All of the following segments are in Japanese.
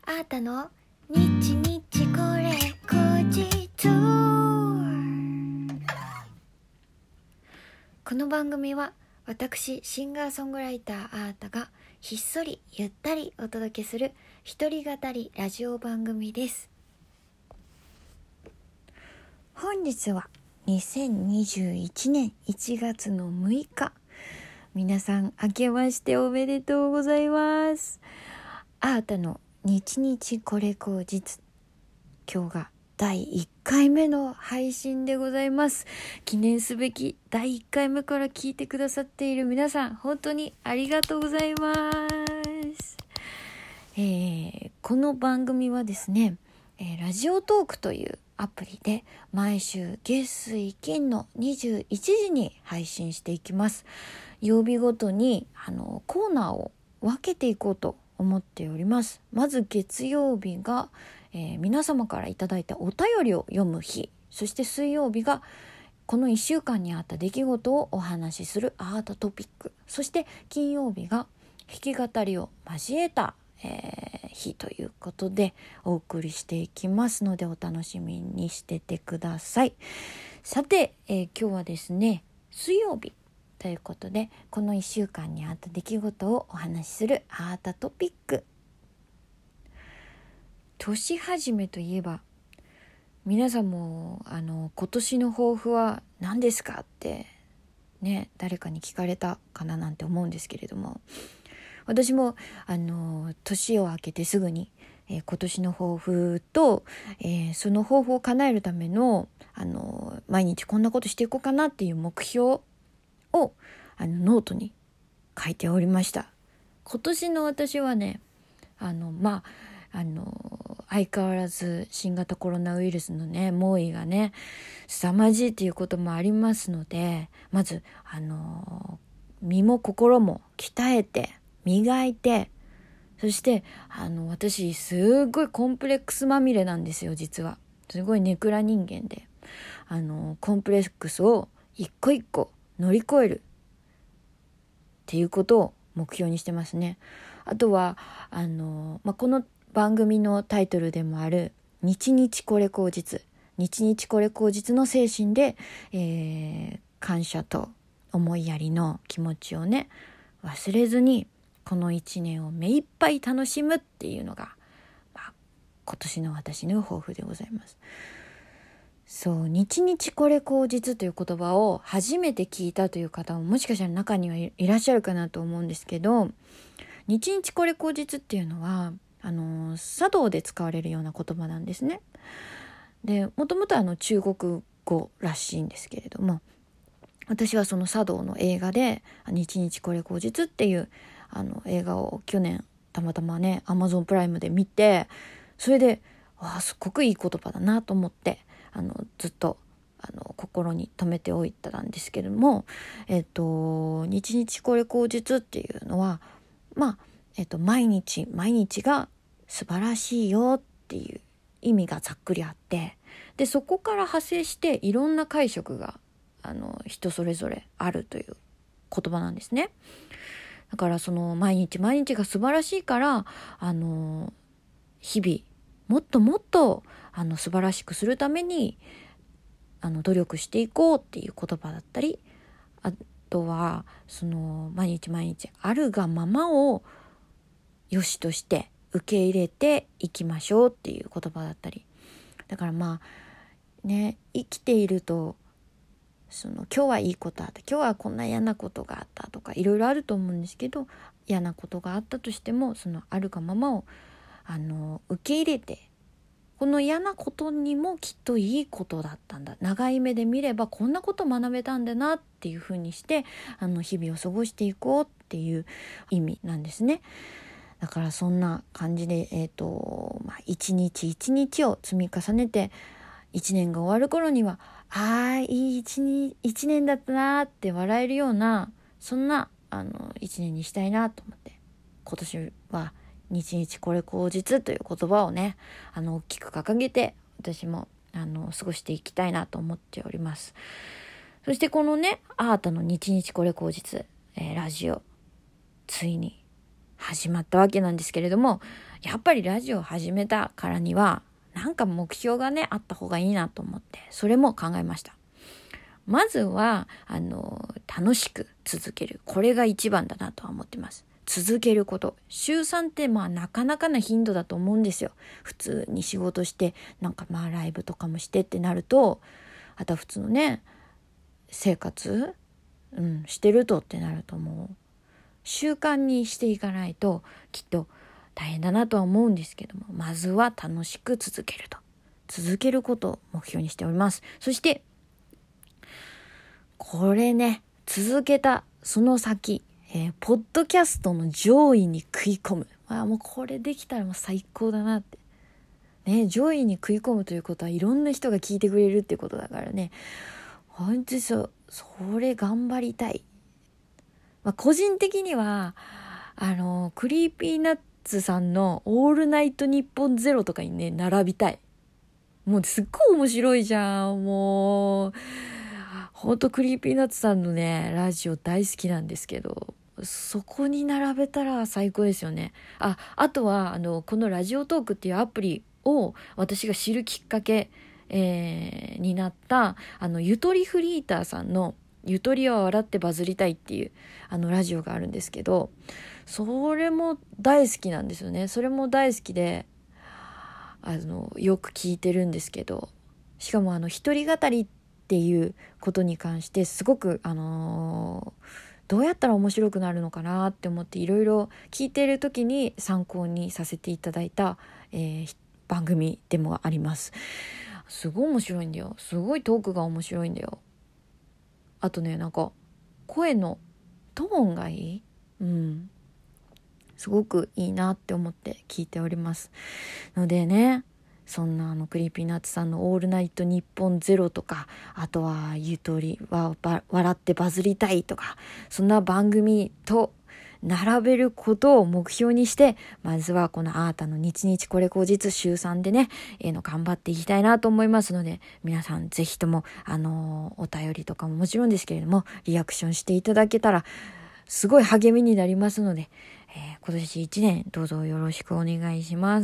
あーたの日日これ後日。この番組は私シンガーソングライターあーたがひっそりゆったりお届けする一人語りラジオ番組です。本日は2021年1月の6日、皆さん明けましておめでとうございます。あーたの日日これ後日、今日が第1回目の配信でございます。記念すべき第1回目から聞いてくださっている皆さん、本当にありがとうございます。この番組はですね、ラジオトークというアプリで毎週月水金の21時に配信していきます。曜日ごとにコーナーを分けていこうと思っております。まず月曜日が、皆様からいただいたお便りを読む日、そして水曜日がこの1週間にあった出来事をお話しするアートトピック、そして金曜日が弾き語りを交えた、日ということでお送りしていきますので、お楽しみにしててください。さて、今日はですね、水曜日ということで、この1週間にあった出来事をお話しするアートトピック。年始めといえば、皆さんも今年の抱負は何ですかってね、誰かに聞かれたかななんて思うんですけれども、私も年を明けてすぐに、今年の抱負と、その抱負を叶えるための毎日こんなことしていこうかなっていう目標をノートに書いておりました。今年の私はね、相変わらず新型コロナウイルスのね猛威がね凄まじいということもありますので、まず身も心も鍛えて磨いて、そして私すごいコンプレックスまみれなんですよ。実はすごいネクラ人間で、コンプレックスを一個一個乗り越えるっていうことを目標にしてますね。あとはこの番組のタイトルでもある日日これ後日、日日これ後日の精神で、感謝と思いやりの気持ちをね忘れずに、この1年を目いっぱい楽しむっていうのが、今年の私の抱負でございます。そう、日日これ後日という言葉を初めて聞いたという方ももしかしたら中にはいらっしゃるかなと思うんですけど、日日これ後日っていうのは茶道で使われるような言葉なんですね。で、もともと中国語らしいんですけれども、私はその茶道の映画で日日これ後日っていう映画を去年たまたまね Amazon プライムで見て、それですっごくいい言葉だなと思ってずっと心に留めておいたんですけれども、日日これ後日っていうのは毎日毎日が素晴らしいよっていう意味がざっくりあって、でそこから派生していろんな解釈が人それぞれあるという言葉なんですね。だからその毎日毎日が素晴らしいから日々もっともっと素晴らしくするために努力していこうっていう言葉だったり、あとはその毎日毎日あるがままを良しとして受け入れていきましょうっていう言葉だったり、だから生きていると今日はいいことあった、今日はこんな嫌なことがあったとかいろいろあると思うんですけど、嫌なことがあったとしてもそのあるがままを受け入れて、この嫌なことにもきっといいことだったんだ、長い目で見ればこんなこと学べたんだなっていうふうにして日々を過ごしていこうっていう意味なんですね。だからそんな感じで一日一日を積み重ねて、一年が終わる頃にはいい一年だったなって笑えるような、そんな一年にしたいなと思って、今年は日日これ後日という言葉をね大きく掲げて私も過ごしていきたいなと思っております。そしてこのねアートの日日これ後日、ラジオついに始まったわけなんですけれども、やっぱりラジオを始めたからにはなんか目標がねあった方がいいなと思って、それも考えました。まずは楽しく続ける、これが一番だなとは思ってます。続けること、週3ってなかなかな頻度だと思うんですよ。普通に仕事してライブとかもしてってなると、あとは普通のね生活、してるとってなると、もう習慣にしていかないときっと大変だなとは思うんですけども、まずは楽しく続けることを目標にしております。そしてこれね、続けたその先、ポッドキャストの上位に食い込む。もうこれできたらもう最高だなって。ね、上位に食い込むということはいろんな人が聞いてくれるってことだからね。本当にそれ頑張りたい。個人的には、クリーピーナッツさんのオールナイトニッポンゼロとかにね、並びたい。もうすっごい面白いじゃん。もう。ほんとクリーピーナッツさんのねラジオ大好きなんですけど、そこに並べたら最高ですよね。あとはこのラジオトークっていうアプリを私が知るきっかけ、になったゆとりフリーターさんのゆとりは笑ってバズりたいっていうラジオがあるんですけど、それも大好きなんですよね。それも大好きでよく聞いてるんですけど、しかも一人語りっていうことに関してすごくどうやったら面白くなるのかなって思っていろいろ聞いている時に参考にさせていただいた、番組でもあります。すごい面白いんだよ。すごいトークが面白いんだよ。あとね、声のトーンがいい。すごくいいなって思って聞いておりますのでね、そんなクリーピーナッツさんのオールナイトニッポンゼロとか、あとはゆとりは笑ってバズりたいとか、そんな番組と並べることを目標にして、まずはこのあーたの日々これ後日週3でね、頑張っていきたいなと思いますので、皆さんぜひともお便りとかももちろんですけれども、リアクションしていただけたらすごい励みになりますので、今年1年どうぞよろしくお願いします。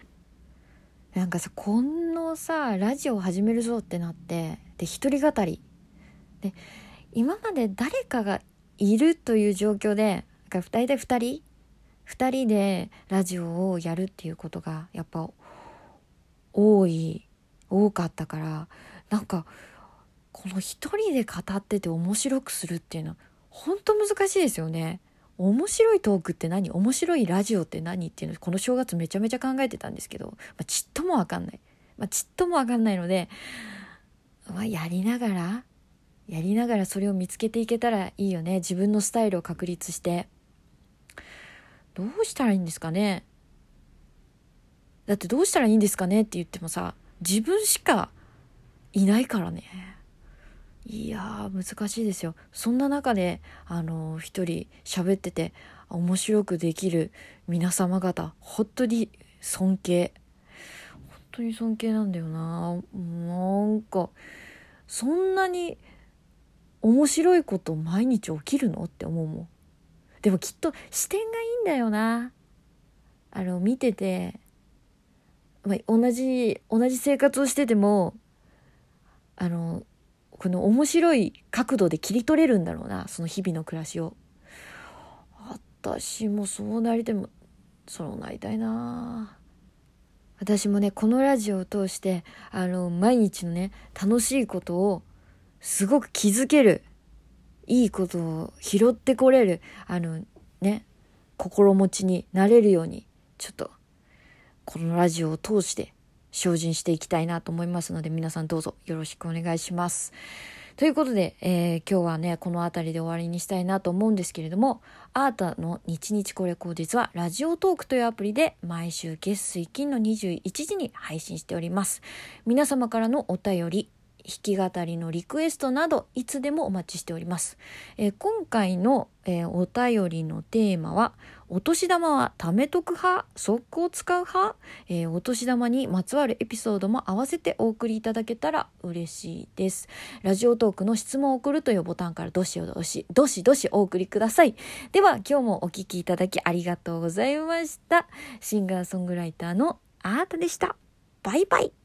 このラジオを始めるぞってなって、で一人語りで、今まで誰かがいるという状況で大体2人でラジオをやるっていうことがやっぱ多かったから、この一人で語ってて面白くするっていうのは本当難しいですよね。面白いトークって何、面白いラジオって何っていうのをこの正月めちゃめちゃ考えてたんですけど、ちっともわかんないので、やりながらそれを見つけていけたらいいよね。自分のスタイルを確立して。どうしたらいいんですかね。だってどうしたらいいんですかねって言っても自分しかいないからね。いやー難しいですよ。そんな中で一人喋ってて面白くできる皆様方、本当に尊敬なんだよな。そんなに面白いこと毎日起きるのって思うもん。でもきっと視点がいいんだよな。見てて、同じ生活をしててもこの面白い角度で切り取れるんだろうな、その日々の暮らしを。私もそうなりたいな。私もね、このラジオを通して毎日のね楽しいことをすごく気づける、いいことを拾ってこれる心持ちになれるように、ちょっとこのラジオを通して精進していきたいなと思いますので、皆さんどうぞよろしくお願いします。ということで、今日はねこの辺りで終わりにしたいなと思うんですけれども、あーたの日々これ後日はラジオトークというアプリで毎週月水金の21時に配信しております。皆様からのお便り、弾き語りのリクエストなどいつでもお待ちしております。今回の、お便りのテーマはお年玉は貯めとく派、速攻使う派、お年玉にまつわるエピソードも合わせてお送りいただけたら嬉しいです。ラジオトークの質問を送るというボタンからどしどしお送りください。では今日もお聞きいただきありがとうございました。シンガーソングライターのあーたでした。バイバイ。